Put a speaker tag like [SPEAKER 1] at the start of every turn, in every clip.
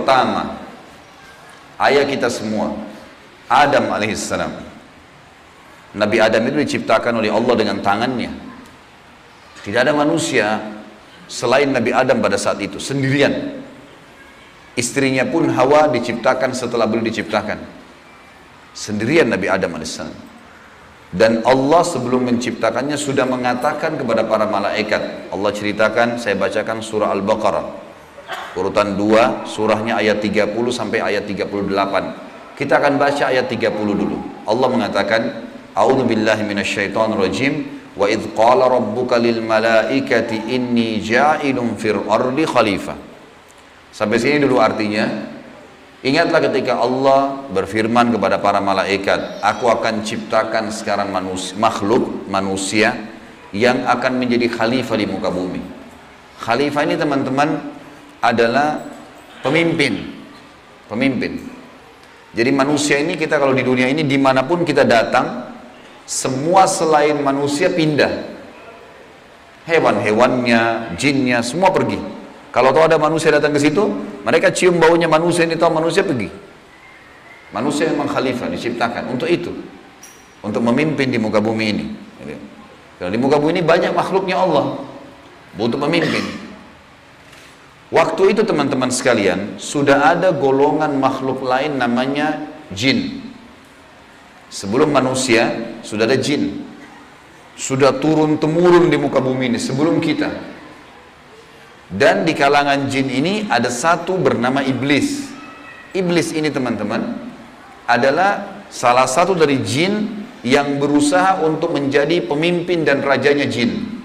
[SPEAKER 1] pertama, ayah kita semua, Adam alaihissalam. Nabi Adam itu diciptakan oleh Allah dengan tangannya. Tidak ada manusia selain Nabi Adam pada saat itu, sendirian. Istrinya pun Hawa diciptakan setelah beliau diciptakan. Sendirian Nabi Adam alaihissalam. Dan Allah sebelum menciptakannya sudah mengatakan kepada para malaikat. Allah ceritakan, saya bacakan surah Al-Baqarah. Urutan 2, surahnya ayat 30 sampai ayat 38. Kita akan baca ayat 30 dulu. Allah mengatakan, A'udzu billahi minasyaitonir rajim. Wa idz qala rabbuka lil malaikati inni ja'ilun fil ardi khalifah. Sampai sini dulu artinya. Ingatlah ketika Allah berfirman kepada para malaikat, aku akan ciptakan sekarang makhluk manusia yang akan menjadi khalifah di muka bumi. Khalifah ini teman-teman adalah pemimpin. Jadi manusia ini, kita kalau di dunia ini dimanapun kita datang, semua selain manusia pindah. Hewan-hewannya, jinnya, semua pergi. Kalau tahu ada manusia datang ke situ, mereka cium baunya manusia ini, tahu manusia pergi. Manusia memang khalifah, diciptakan untuk itu, untuk memimpin di muka bumi ini. Kalau di muka bumi ini banyak makhluknya Allah, butuh pemimpin. Waktu itu teman-teman sekalian, sudah ada golongan makhluk lain namanya jin. Sebelum manusia, sudah ada jin. Sudah turun-temurun di muka bumi ini, sebelum kita. Dan di kalangan jin ini ada satu bernama iblis. Iblis ini teman-teman adalah salah satu dari jin yang berusaha untuk menjadi pemimpin dan rajanya jin.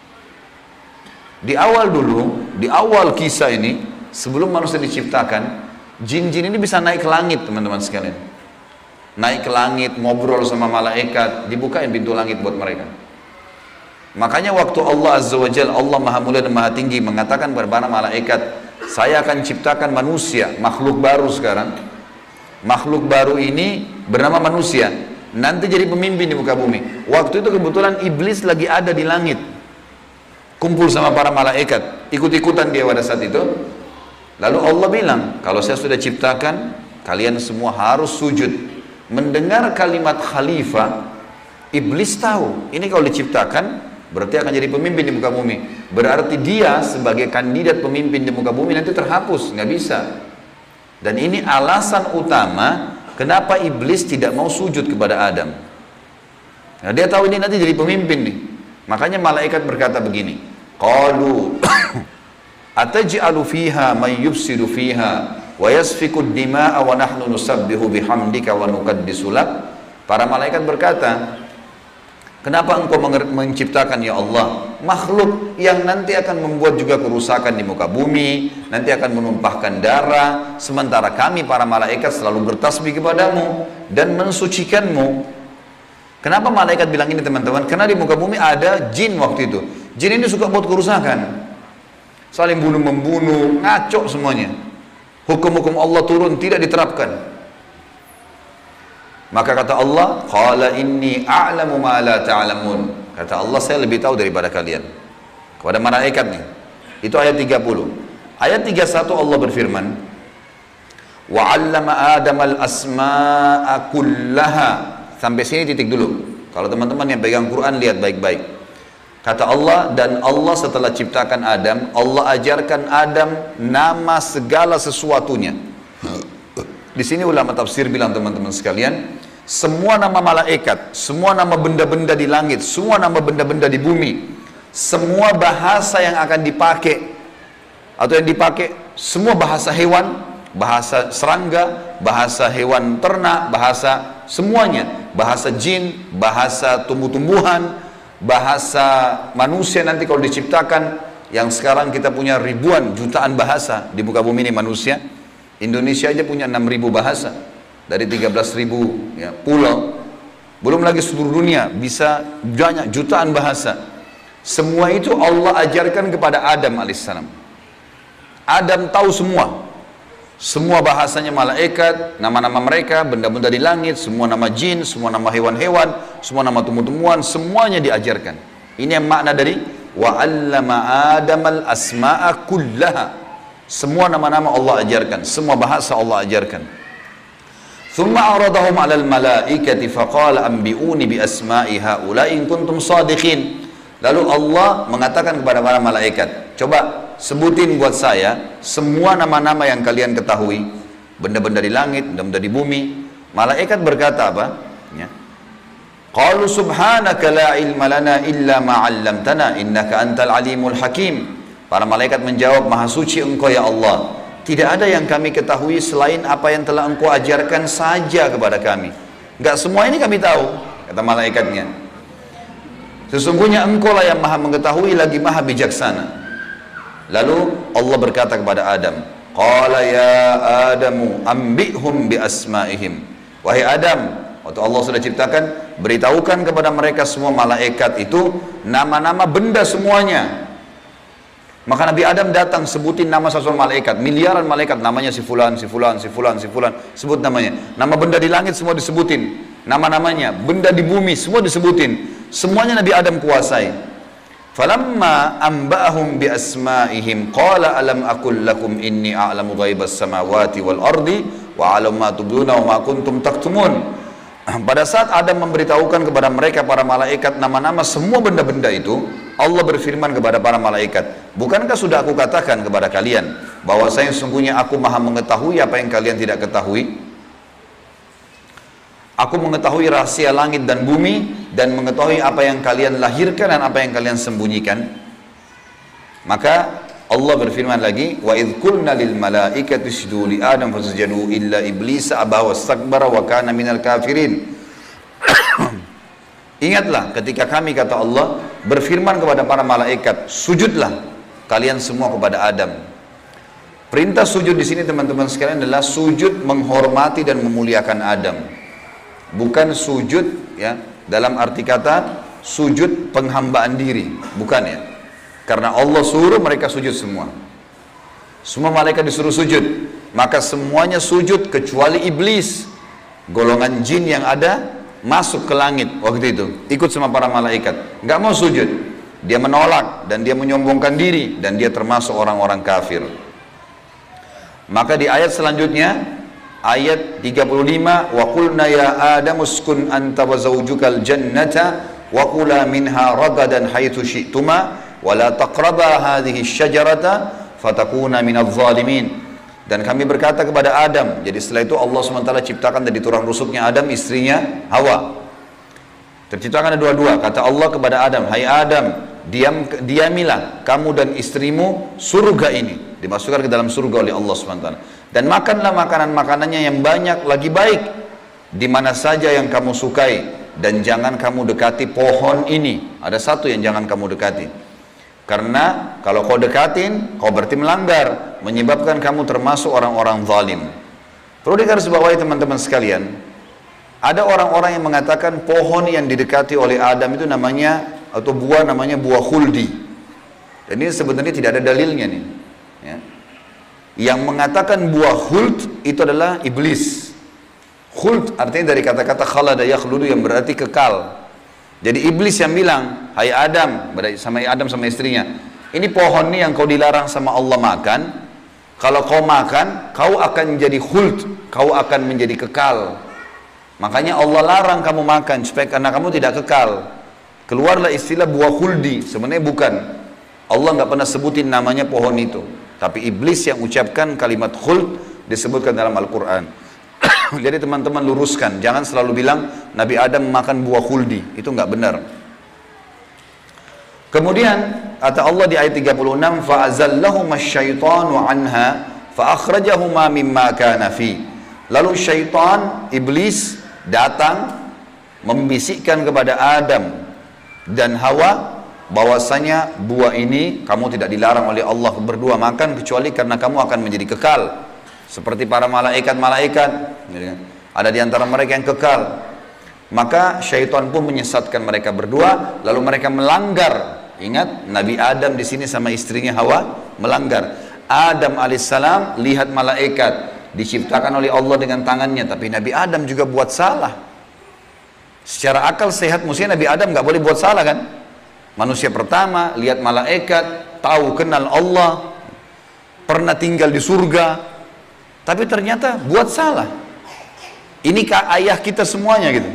[SPEAKER 1] Di awal dulu, di awal kisah ini, sebelum manusia diciptakan, jin-jin ini bisa naik ke langit teman-teman sekalian. Naik ke langit, ngobrol sama malaikat, dibukain pintu langit buat mereka. Makanya waktu Allah Azza wa Jalla, Allah Maha Mulia dan Maha Tinggi, mengatakan kepada para malaikat, saya akan ciptakan manusia, makhluk baru sekarang. Makhluk baru ini bernama manusia, nanti jadi pemimpin di muka bumi. Waktu itu kebetulan iblis lagi ada di langit, kumpul sama para malaikat, ikut-ikutan dia pada saat itu. Lalu Allah bilang, kalau saya sudah ciptakan, kalian semua harus sujud. Mendengar kalimat khalifah, iblis tahu, ini kalau diciptakan, berarti akan jadi pemimpin di muka bumi. Berarti dia sebagai kandidat pemimpin di muka bumi nanti terhapus, nggak bisa. Dan ini alasan utama kenapa iblis tidak mau sujud kepada Adam. Nah, dia tahu ini nanti jadi pemimpin nih. Makanya malaikat berkata begini, qalu ataj'alu fiha may yufsidu fiha wa yasfiku ad-dima'a wa nahnu nusabbihu bihamdika wa nuqaddisu lak. Para malaikat berkata, kenapa engkau menciptakan ya Allah makhluk yang nanti akan membuat juga kerusakan di muka bumi, nanti akan menumpahkan darah, sementara kami para malaikat selalu bertasbih kepadamu dan mensucikanmu. Kenapa malaikat bilang ini teman-teman? Karena di muka bumi ada jin waktu itu. Jin ini suka buat kerusakan, saling bunuh-membunuh, ngaco semuanya. Hukum-hukum Allah turun, tidak diterapkan. Maka kata Allah, qala inni a'lamu ma la ta'lamun. Kata Allah, saya lebih tahu daripada kalian. Kepada malaikat nih. Itu ayat 30. Ayat 31 Allah berfirman, wa 'allama Adam al-asma'a kullaha. Sampai sini titik dulu. Kalau teman-teman yang pegang Quran lihat baik-baik. Kata Allah, dan Allah setelah ciptakan Adam, Allah ajarkan Adam nama segala sesuatunya. Di sini ulama tafsir bilang teman-teman sekalian, semua nama malaikat, semua nama benda-benda di langit, semua nama benda-benda di bumi, semua bahasa yang akan dipakai atau yang dipakai, semua bahasa hewan, bahasa serangga, bahasa hewan ternak, bahasa semuanya, bahasa jin, bahasa tumbuh-tumbuhan, bahasa manusia nanti kalau diciptakan, yang sekarang kita punya ribuan, jutaan bahasa di muka bumi ini manusia. Indonesia aja punya 6.000 bahasa dari 13.000 ya, pulau. Belum lagi seluruh dunia bisa banyak jutaan bahasa. Semua itu Allah ajarkan kepada Adam alaihissalam. Adam tahu semua. Semua bahasanya malaikat, nama-nama mereka, benda-benda di langit, semua nama jin, semua nama hewan-hewan, semua nama tumbuh-tumbuhan, semuanya diajarkan. Ini yang makna dari wa 'allama Adamal asma'a kullaha. Semua nama-nama Allah ajarkan, semua bahasa Allah ajarkan. Thumma aradahum 'alal malaikati faqala anbi'uni bi asma'i haula'i in kuntum shadiqin. Lalu Allah mengatakan kepada para malaikat, coba sebutin buat saya semua nama-nama yang kalian ketahui, benda-benda di langit, benda-benda di bumi. Malaikat berkata apa? Ya. Qalu subhanaka la ilma lana illa ma 'allamtana innaka antal alimul hakim. Para malaikat menjawab, maha suci engkau ya Allah, tidak ada yang kami ketahui selain apa yang telah engkau ajarkan saja kepada kami. Enggak semua ini kami tahu, kata malaikatnya. Sesungguhnya engkau lah yang maha mengetahui lagi maha bijaksana. Lalu Allah berkata kepada Adam, qala ya Adamu ambihum bi asma'ihim. Wahai Adam, waktu Allah sudah ciptakan, beritahukan kepada mereka semua malaikat itu nama-nama benda semuanya. Maka Nabi Adam datang sebutin nama satu malaikat, miliaran malaikat, namanya si fulan, si fulan, si fulan, si fulan, sebut namanya. Nama benda di langit semua disebutin, nama-namanya, benda di bumi semua disebutin. Semuanya Nabi Adam kuasai. Falamma amba'ahum bi asma'ihim qala alam aqul lakum inni a'lamu ghaibas samawati wal ardi wa a'lamu ma tubduna wa ma kuntum taktumun. Pada saat Adam memberitahukan kepada mereka para malaikat nama-nama semua benda-benda itu, Allah berfirman kepada para malaikat, bukankah sudah aku katakan kepada kalian bahwasanya sesungguhnya aku maha mengetahui apa yang kalian tidak ketahui? Aku mengetahui rahasia langit dan bumi dan mengetahui apa yang kalian lahirkan dan apa yang kalian sembunyikan. Maka Allah berfirman lagi, wa idh qulna lil malaikati isjudu li Adam fasajadu illa iblis aba wastakbara wa kana minal kafirin. Ingatlah ketika kami, kata Allah, berfirman kepada para malaikat, sujudlah kalian semua kepada Adam. Perintah sujud di sini teman-teman sekalian adalah sujud menghormati dan memuliakan Adam. Bukan sujud ya dalam arti kata sujud penghambaan diri, bukan ya. Karena Allah suruh mereka sujud semua. Semua malaikat disuruh sujud, maka semuanya sujud kecuali iblis, golongan jin yang ada masuk ke langit waktu itu, ikut sama para malaikat, nggak mau sujud. Dia menolak dan dia menyombongkan diri dan dia termasuk orang-orang kafir. Maka di ayat selanjutnya, ayat 35, wa qulna ya Adam uskun anta wa zawjukal jannata wa kula minha ragadan haitsu syi'tuma wa la taqraba hadhihi syajarata fatakuna minadh dhalimin. Dan kami berkata kepada Adam, jadi setelah itu Allah SWT ciptakan dari tulang rusuknya Adam istrinya Hawa. Terciptakan ada dua-dua. Kata Allah kepada Adam, hai Adam, diamilah kamu dan istrimu surga ini, dimasukkan ke dalam surga oleh Allah SWT. Dan makanlah makanan-makanannya yang banyak lagi baik di mana saja yang kamu sukai, dan jangan kamu dekati pohon ini. Ada satu yang jangan kamu dekati, karena kalau kau dekatin, kau berarti melanggar, menyebabkan kamu termasuk orang-orang zalim. Perlu digarisbawahi teman-teman sekalian, ada orang-orang yang mengatakan pohon yang didekati oleh Adam itu namanya, atau buah namanya buah khuldi. Dan ini sebenarnya tidak ada dalilnya nih ya. Yang mengatakan buah khuld itu adalah iblis. Khuld artinya dari kata-kata khalada yakhludu yang berarti kekal. Jadi iblis yang bilang, hai Adam, sama istrinya, ini pohon ini yang kau dilarang sama Allah makan, kalau kau makan, kau akan menjadi khuld, kau akan menjadi kekal. Makanya Allah larang kamu makan, supaya karena kamu tidak kekal. Keluarlah istilah buah khuldi, sebenarnya bukan. Allah nggak pernah sebutin namanya pohon itu. Tapi iblis yang ucapkan kalimat khuld disebutkan dalam Al-Quran. Jadi teman-teman luruskan, jangan selalu bilang Nabi Adam makan buah khuldi, itu nggak benar. Kemudian kata Allah di ayat 36, fa'azallahuma syaitanu anha fa'akhrajahuma mimma kana fi. Lalu syaitan, iblis datang membisikkan kepada Adam dan Hawa bahwasanya buah ini kamu tidak dilarang oleh Allah berdua makan kecuali karena kamu akan menjadi kekal seperti para malaikat-malaikat. Ada di antara mereka yang kekal. Maka syaitan pun menyesatkan mereka berdua, lalu mereka melanggar. Ingat, Nabi Adam di sini sama istrinya Hawa melanggar. Adam alaihissalam lihat malaikat diciptakan oleh Allah dengan tangannya, tapi Nabi Adam juga buat salah. Secara akal sehat mestinya Nabi Adam nggak boleh buat salah kan? Manusia pertama lihat malaikat, tahu kenal Allah, pernah tinggal di surga, tapi ternyata buat salah. Ini ayah kita semuanya gitu.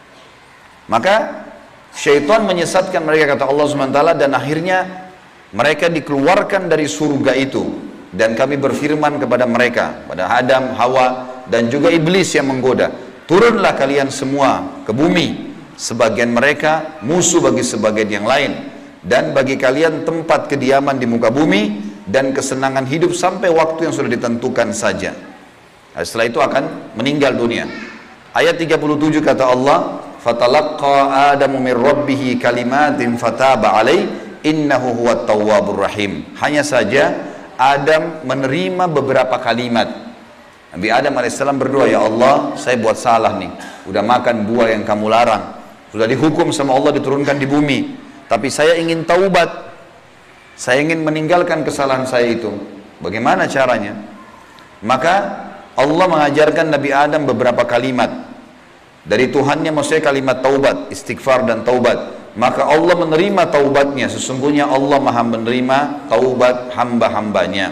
[SPEAKER 1] Maka syaitan menyesatkan mereka, kata Allah SWT, dan akhirnya mereka dikeluarkan dari surga itu. Dan kami berfirman kepada mereka, pada Adam, Hawa, dan juga iblis yang menggoda, turunlah kalian semua ke bumi, sebagian mereka musuh bagi sebagian yang lain, dan bagi kalian tempat kediaman di muka bumi dan kesenangan hidup sampai waktu yang sudah ditentukan saja. Nah, setelah itu akan meninggal dunia. Ayat 37 kata Allah, fatalaqqa adamu min rabbih kalimatin fataba alaih innahu huwat tawwabur rahim. Hanya saja Adam menerima beberapa kalimat. Nabi Adam alaihissalam berdoa, ya Allah, saya buat salah nih, udah makan buah yang kamu larang, sudah dihukum sama Allah diturunkan di bumi, tapi saya ingin taubat, saya ingin meninggalkan kesalahan saya itu. Bagaimana caranya? Maka Allah mengajarkan Nabi Adam beberapa kalimat dari Tuhannya, maksudnya kalimat taubat, istighfar dan taubat. Maka Allah menerima taubatnya. Sesungguhnya Allah maha menerima taubat hamba-hambanya.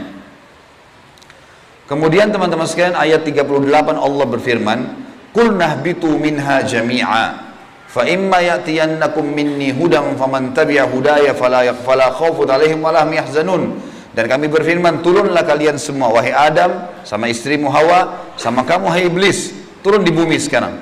[SPEAKER 1] Kemudian teman-teman sekalian, ayat 38 Allah berfirman, Qul nahbitu minha jami'a fa imma ya'tiyannakum minni hudan faman tabi'a hudaya fala khawfun 'alaihim wa lahum yahzanun. Dan kami berfirman, turunlah kalian semua, wahai Adam, sama istrimu Hawa, sama kamu hai iblis, turun di bumi sekarang.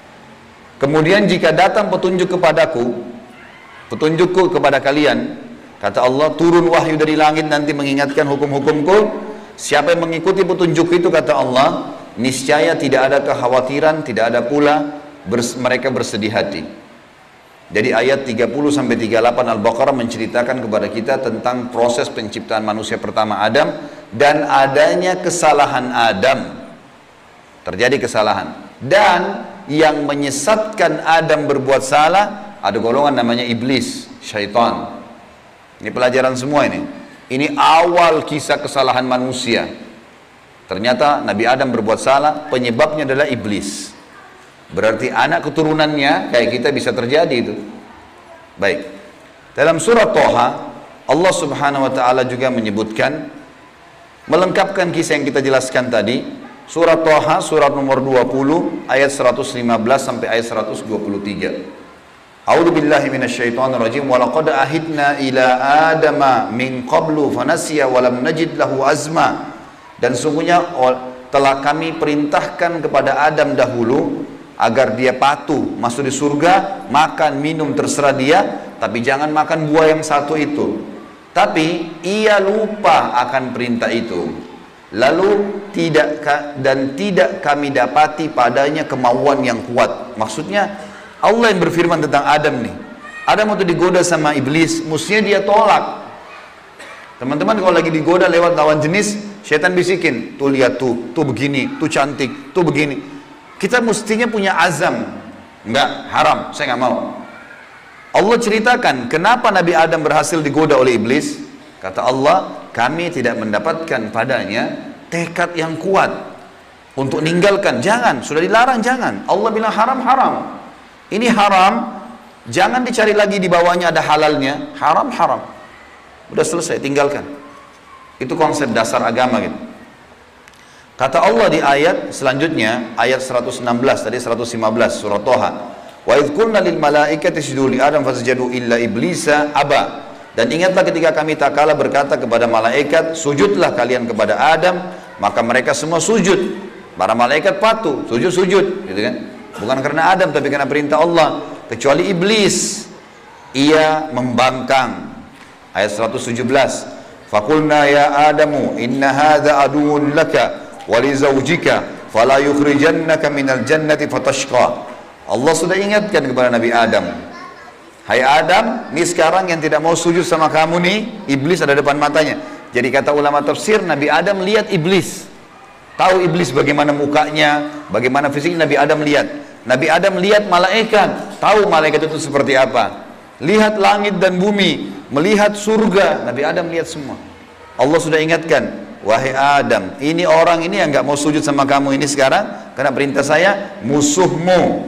[SPEAKER 1] Kemudian jika datang petunjuk kepadaku, petunjukku kepada kalian, kata Allah, turun wahyu dari langit nanti mengingatkan hukum-hukumku. Siapa yang mengikuti petunjuk itu, kata Allah, niscaya tidak ada kekhawatiran, tidak ada pula mereka bersedih hati. Jadi ayat 30-38 Al-Baqarah menceritakan kepada kita tentang proses penciptaan manusia pertama Adam dan adanya kesalahan Adam. Terjadi kesalahan. Dan yang menyesatkan Adam berbuat salah, ada golongan namanya iblis, syaitan. Ini pelajaran semua ini. Ini awal kisah kesalahan manusia. Ternyata Nabi Adam berbuat salah, penyebabnya adalah iblis. Berarti anak keturunannya kayak kita bisa terjadi itu. Baik. Dalam surat Toha, Allah Subhanahu wa taala juga menyebutkan, melengkapkan kisah yang kita jelaskan tadi. Surat Toha, surat nomor 20, ayat 115 sampai ayat 123. A'udzu billahi minasyaitonir rajim wa laqad ahidna ila adama min qablu fanasiya wa lam najid lahu azma. Dan sungguhnya telah kami perintahkan kepada Adam dahulu agar dia patuh masuk di surga, makan minum terserah dia, tapi jangan makan buah yang satu itu. Tapi ia lupa akan perintah itu. Lalu tidak kami dapati padanya kemauan yang kuat. Maksudnya Allah yang berfirman tentang Adam nih. Adam waktu digoda sama iblis, mestinya dia tolak. Teman-teman kalau lagi digoda lewat lawan jenis, syaitan bisikin, tuh lihat tuh begini, tuh cantik, tuh begini. Kita mestinya punya azam. Enggak, haram, saya nggak mau. Allah ceritakan kenapa Nabi Adam berhasil digoda oleh iblis. Kata Allah, kami tidak mendapatkan padanya tekad yang kuat untuk meninggalkan. Jangan, sudah dilarang jangan. Allah bilang haram, haram. Ini haram, jangan dicari lagi di bawahnya ada halalnya. Haram, haram. Udah selesai, tinggalkan. Itu konsep dasar agama gitu. Kata Allah di ayat selanjutnya, ayat 116 tadi 115 surat Toha. Wa idh qulna lil malaikati isjudu li Adam fasajadu illa iblisa aba. Dan ingatlah ketika kami tak kala berkata kepada malaikat, sujudlah kalian kepada Adam, maka mereka semua sujud. Para malaikat patuh, sujud, gitu kan? Bukan karena Adam, tapi karena perintah Allah. Kecuali iblis, ia membangkang. Ayat 117. Faqulna ya Adamu inna hadza aduwwun laka wa li zawjika fala yukhrijannaka minal jannati fatashqa. Allah sudah ingatkan kepada Nabi Adam. Hai Adam, ini sekarang yang tidak mau sujud sama kamu nih, iblis ada depan matanya. Jadi kata ulama tafsir, Nabi Adam lihat iblis. Tahu iblis bagaimana mukanya, bagaimana fisiknya, Nabi Adam lihat. Nabi Adam lihat malaikat, tahu malaikat itu seperti apa. Lihat langit dan bumi, melihat surga, Nabi Adam lihat semua. Allah sudah ingatkan, wahai Adam, ini orang ini yang nggak mau sujud sama kamu ini sekarang, karena perintah saya, musuhmu.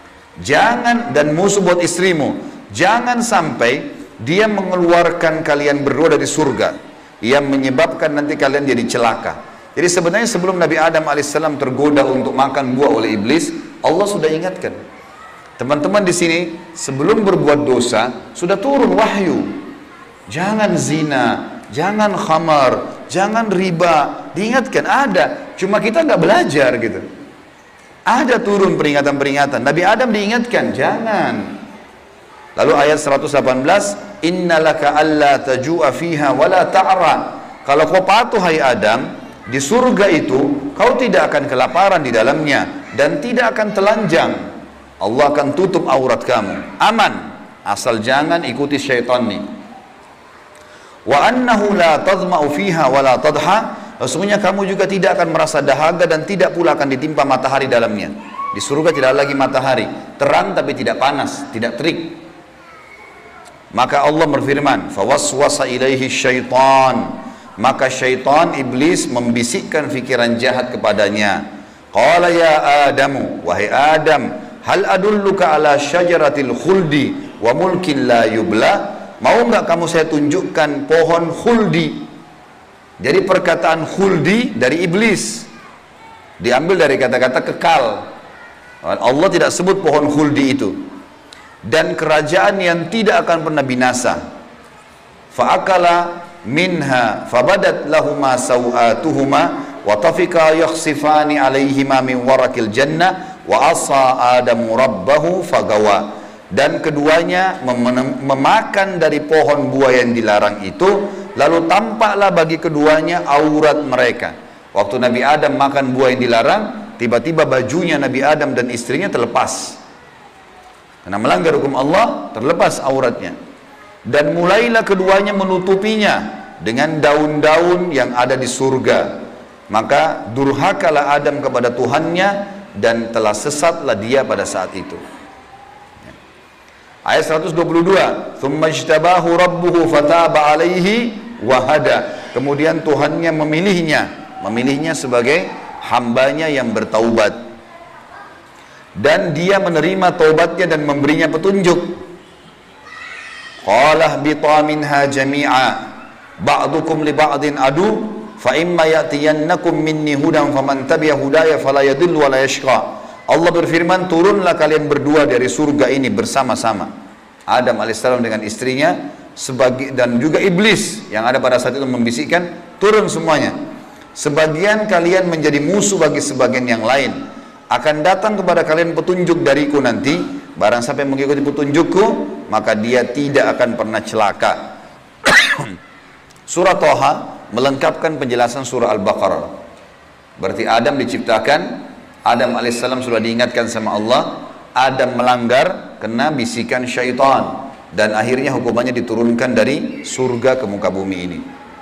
[SPEAKER 1] Jangan, dan musuh buat istrimu. Jangan sampai dia mengeluarkan kalian berdua dari surga. yang menyebabkan nanti kalian jadi celaka. Jadi sebenarnya sebelum Nabi Adam alaihissalam tergoda untuk makan buah oleh iblis, Allah sudah ingatkan. Teman-teman di sini sebelum berbuat dosa sudah turun wahyu. Jangan zina, jangan khamar, jangan riba. Diingatkan ada, cuma kita nggak belajar gitu. Ada turun peringatan-peringatan. Nabi Adam diingatkan, jangan. Lalu ayat 118, innalaka alla taju'a fiha wala ta'ra. Kalau kau patuh hai Adam, di surga itu kau tidak akan kelaparan di dalamnya dan tidak akan telanjang. Allah akan tutup aurat kamu. Aman, asal jangan ikuti syaitan nih. Wa annahu la tadma'u fiha wala tadha. Sesungguhnya kamu juga tidak akan merasa dahaga dan tidak pula akan ditimpa matahari dalamnya. Di surga tidak ada lagi matahari, terang tapi tidak panas, tidak terik. Maka Allah berfirman, fawaswasa ilaihi syaitan. Maka syaitan, iblis membisikkan fikiran jahat kepadanya. Qala ya Adamu, wahai Adam, hal adulluka ala syajaratil khuldi wa mulkin la yubla. Mau nggak kamu saya tunjukkan pohon khuldi? Jadi perkataan khuldi dari iblis, diambil dari kata-kata kekal. Allah tidak sebut pohon khuldi itu. Dan kerajaan yang tidak akan pernah binasa. Fa'akala minha fabadat lahuma sawatuhuma wa tafika yakhsifani alaihima min warakil jannah wa asa adamu rabbahu fagawa. Dan keduanya memakan dari pohon buah yang dilarang itu, lalu tampaklah bagi keduanya aurat mereka. Waktu Nabi Adam makan buah yang dilarang, tiba-tiba bajunya Nabi Adam dan istrinya terlepas. Karena melanggar hukum Allah, terlepas auratnya. Dan mulailah keduanya menutupinya dengan daun-daun yang ada di surga. Maka durhakalah Adam kepada Tuhannya dan telah sesatlah dia pada saat itu. Ayat 122, "Tsumma ijtabahu rabbuhu fataba 'alaihi wa hada." Kemudian Tuhannya memilihnya sebagai hambanya yang bertaubat. Dan dia menerima taubatnya dan memberinya petunjuk. Qala bita minha jami'a ba'dukum li ba'din adu fa imma ya'tiyannakum minni hudan faman tabi'a hudaya fala yadhillu wa la yashqa. Allah berfirman, turunlah kalian berdua dari surga ini bersama-sama. Adam alaihissalam dengan istrinya dan juga iblis yang ada pada saat itu membisikkan, turun semuanya. Sebagian kalian menjadi musuh bagi sebagian yang lain. Akan datang kepada kalian petunjuk dariku nanti. Barang siapa yang mengikuti petunjukku, maka dia tidak akan pernah celaka. Surah Thaha melengkapkan penjelasan surah Al-Baqarah. Berarti Adam diciptakan, Adam alaihissalam sudah diingatkan sama Allah, Adam melanggar kena bisikan syaitan dan akhirnya hukumannya diturunkan dari surga ke muka bumi ini.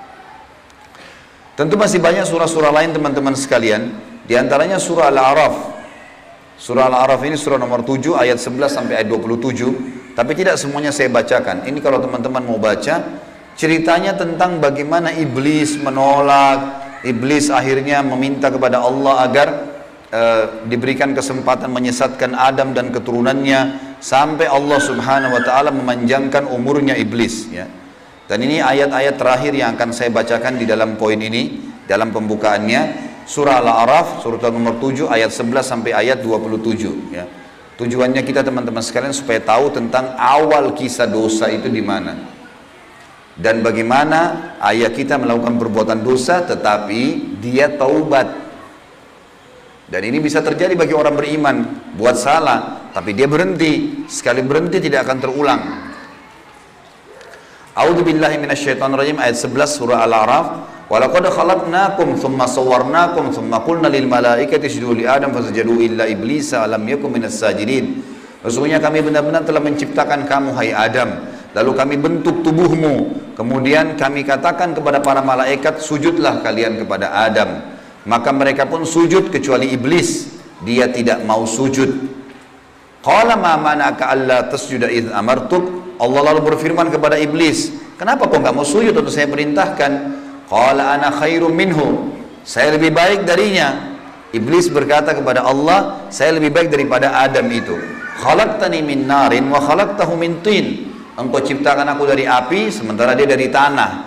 [SPEAKER 1] Tentu masih banyak surah-surah lain teman-teman sekalian, diantaranya surah Al-A'raf. Surah Al-A'raf ini surah nomor 7 ayat 11 sampai ayat 27, tapi tidak semuanya saya bacakan. Ini kalau teman-teman mau baca, ceritanya tentang bagaimana iblis menolak, iblis akhirnya meminta kepada Allah agar diberikan kesempatan menyesatkan Adam dan keturunannya sampai Allah subhanahu wa ta'ala memanjangkan umurnya iblis ya. Dan ini ayat-ayat terakhir yang akan saya bacakan di dalam poin ini, dalam pembukaannya, surah Al-A'raf surah nomor 7 ayat 11 sampai ayat 27 ya. Tujuannya kita teman-teman sekalian supaya tahu tentang awal kisah dosa itu di mana dan bagaimana ayah kita melakukan perbuatan dosa tetapi dia taubat. Dan ini bisa terjadi bagi orang beriman, buat salah, tapi dia berhenti. Sekali berhenti tidak akan terulang. A'udzubillahi minasyaitonirrajim ayat 11 surah Al-A'raf. Wa laqad khalaqnakum tsumma sawwarnakum tsumma qulna lil malaikati isjudu li Adam fasajadu illa iblisa lam yakun minas sajidin. Sesungguhnya kami benar-benar telah menciptakan kamu hai Adam, lalu kami bentuk tubuhmu, kemudian kami katakan kepada para malaikat, sujudlah kalian kepada Adam. Maka mereka pun sujud kecuali iblis, dia tidak mau sujud. Qala ma mana'aka alla tasjuda idh amartuk. Allah lalu berfirman kepada iblis, kenapa kau nggak mau sujud waktu saya perintahkan? Qala ana khairum minhu. Saya lebih baik darinya. Iblis berkata kepada Allah, saya lebih baik daripada Adam itu. Khalaqtani min narin wa khalaqtahu min tin. Engkau ciptakan aku dari api sementara dia dari tanah.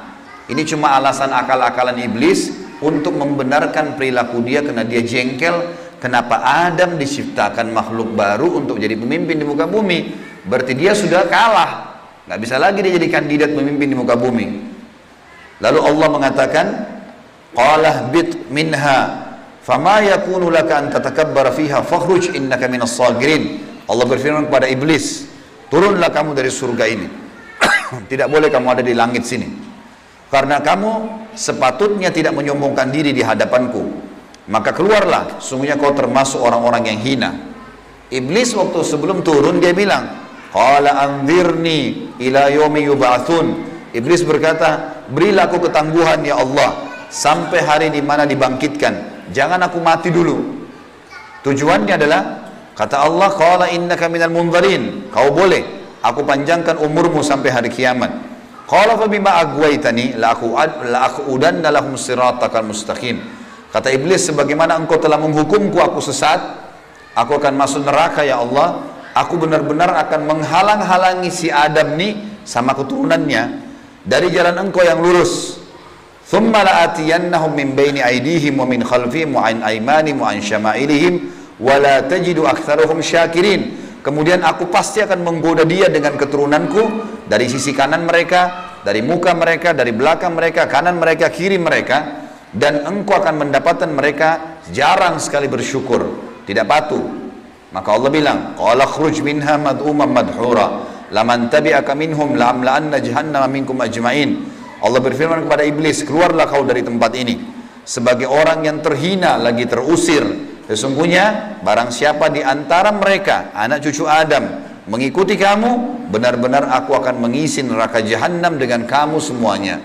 [SPEAKER 1] Ini cuma alasan akal-akalan iblis untuk membenarkan perilaku dia karena dia jengkel. Kenapa Adam diciptakan makhluk baru untuk jadi pemimpin di muka bumi? Berarti dia sudah kalah, nggak bisa lagi dia jadi kandidat pemimpin di muka bumi. Lalu Allah mengatakan, qala bit minha fama yakunu laka an tatakabbara fiha fakhruj innaka minas sagirin. Allah berfirman kepada iblis, turunlah kamu dari surga ini. Tidak boleh kamu ada di langit sini, karena kamu sepatutnya tidak menyombongkan diri di hadapanku. Maka keluarlah, sungguhnya kau termasuk orang-orang yang hina. Iblis waktu sebelum turun dia bilang, qala anzirni ila yaumi yub'atsun. Iblis berkata, berilah aku ketangguhan ya Allah sampai hari di mana dibangkitkan. Jangan aku mati dulu. Tujuannya adalah, kata Allah, qala innaka minal munzarin. Kau boleh aku panjangkan umurmu sampai hari kiamat. Qala fa bima aghwaytani la aqudanna lahum siratakal mustaqim. Kata iblis, sebagaimana engkau telah menghukumku aku sesat, aku akan masuk neraka ya Allah. Aku benar-benar akan menghalang-halangi si Adam nih sama keturunannya dari jalan engkau yang lurus. Thumma la'atiyannahum min baini aydihim wa min khalfihim wa an aymanihim wa an syama'ilihim wa la tajidu aktsarahum syakirin. Kemudian aku pasti akan menggoda dia dengan keturunanku dari sisi kanan mereka, dari muka mereka, dari belakang mereka, kanan mereka, kiri mereka, dan engkau akan mendapatkan mereka jarang sekali bersyukur, tidak patuh. Maka Allah bilang, qala khruj minha mad'uman madhura laman tabi'aka minhum la'amla'anna jahannama minkum ajma'in. Allah berfirman kepada iblis, keluarlah kau dari tempat ini sebagai orang yang terhina lagi terusir. Sesungguhnya barang siapa di antara mereka anak cucu Adam mengikuti kamu, benar-benar aku akan mengisi neraka jahanam dengan kamu semuanya.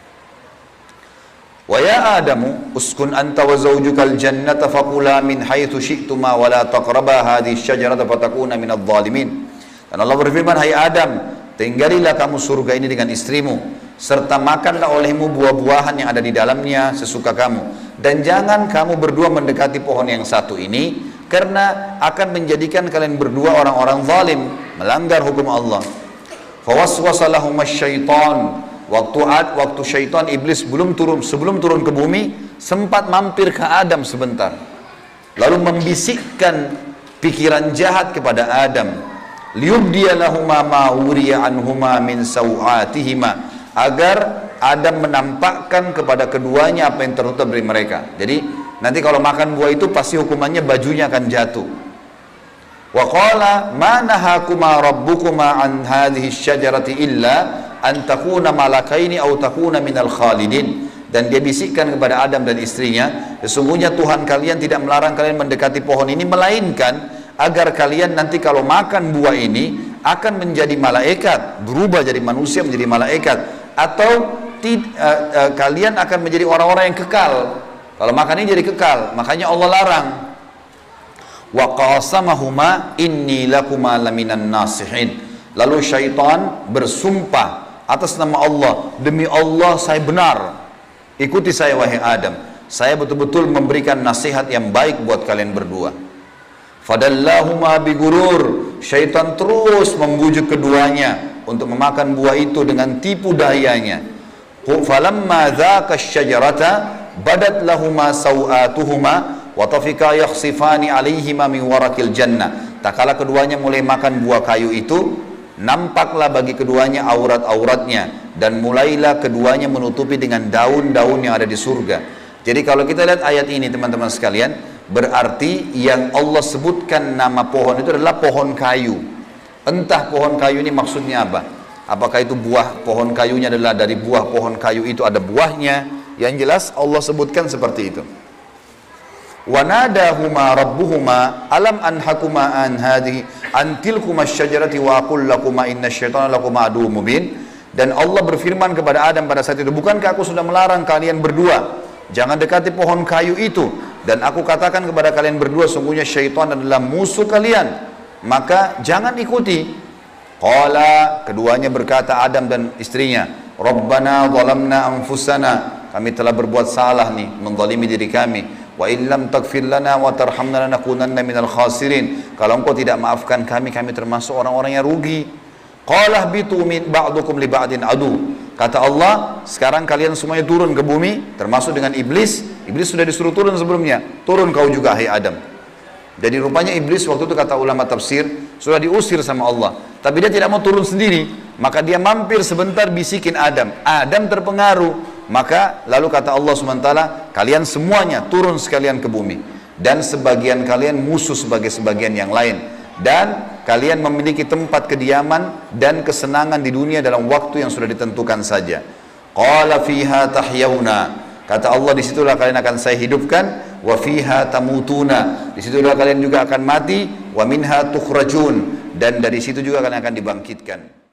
[SPEAKER 1] Wa ya Adamu uskun anta wa zawjukal jannata faqula min haitsu syi'tuma wa la taqraba hadhihi syajarata fatakuna minadh dhalimin. Dan Allah berfirman, hai Adam, tinggalilah kamu surga ini dengan istrimu, serta makanlah olehmu buah-buahan yang ada di dalamnya sesuka kamu, dan jangan kamu berdua mendekati pohon yang satu ini, karena akan menjadikan kalian berdua orang-orang zalim, melanggar hukum Allah. Fawaswasa lahumas syaitan. Waktu syaitan iblis sebelum turun ke bumi, sempat mampir ke Adam sebentar, lalu membisikkan pikiran jahat kepada Adam, liyubdiya lahuma ma wuriya anhuma min sawatihima, agar Adam menampakkan kepada keduanya apa yang tertutup dari mereka. Jadi nanti kalau makan buah itu pasti hukumannya bajunya akan jatuh. Wa qala ma nahakuma rabbukuma an hadhihi syajarati illa an takuna malakaini aw takuna minal khalidin. Dan dia bisikkan kepada Adam dan istrinya, sesungguhnya Tuhan kalian tidak melarang kalian mendekati pohon ini, melainkan agar kalian nanti kalau makan buah ini akan menjadi malaikat, berubah jadi manusia menjadi malaikat, atau kalian akan menjadi orang-orang yang kekal. Kalau makan ini jadi kekal, makanya Allah larang. Wa qasamahuma inni lakuma laminan nasihin. Lalu syaitan bersumpah atas nama Allah, demi Allah saya benar, ikuti saya wahai Adam, saya betul-betul memberikan nasihat yang baik buat kalian berdua. Fadallahuma bigurur. Syaitan terus membujuk keduanya untuk memakan buah itu dengan tipu dayanya. Falamma dzaka syajarata badat lahuma sawatuhuma wa tafika yakhsifani alaihima min warakil jannah. Tak kala keduanya mulai makan buah kayu itu, nampaklah bagi keduanya aurat-auratnya, dan mulailah keduanya menutupi dengan daun-daun yang ada di surga. Jadi kalau kita lihat ayat ini teman-teman sekalian, berarti yang Allah sebutkan nama pohon itu adalah pohon kayu. Entah pohon kayu ini maksudnya apa? Apakah itu buah pohon kayunya adalah dari buah pohon kayu itu ada buahnya? Yang jelas Allah sebutkan seperti itu. Wa nadahuma rabbuhuma alam anhakuma an hadhihi an tilkuma syajarati wa aqul lakuma inna syaitana lakuma aduwwum mubin. Dan Allah berfirman kepada Adam pada saat itu, bukankah aku sudah melarang kalian berdua jangan dekati pohon kayu itu, dan aku katakan kepada kalian berdua sungguhnya syaitan adalah musuh kalian, maka jangan ikuti. Qala, keduanya berkata Adam dan istrinya, Rabbana zalamna anfusana, kami telah berbuat salah nih, menzalimi diri kami. Wa illam taghfir lana wa tarhamna lanakunanna minal khasirin. Kalau engkau tidak maafkan kami, kami termasuk orang-orang yang rugi. Qala bitu min ba'dukum li ba'din adu. Kata Allah, sekarang kalian semuanya turun ke bumi, termasuk dengan iblis. Iblis sudah disuruh turun sebelumnya. Turun kau juga, hai Adam. Jadi rupanya iblis waktu itu kata ulama tafsir, sudah diusir sama Allah. Tapi dia tidak mau turun sendiri. Maka dia mampir sebentar bisikin Adam. Adam terpengaruh. Maka lalu kata Allah SWT, kalian semuanya turun sekalian ke bumi. Dan sebagian kalian musuh sebagai sebagian yang lain. Dan kalian memiliki tempat kediaman dan kesenangan di dunia dalam waktu yang sudah ditentukan saja. Qala fiha tahyawna. Kata Allah, disitulah kalian akan saya hidupkan. Wa fiha tamutuna. Disitulah kalian juga akan mati. Wa minha tukhrajun. Dan dari situ juga kalian akan dibangkitkan.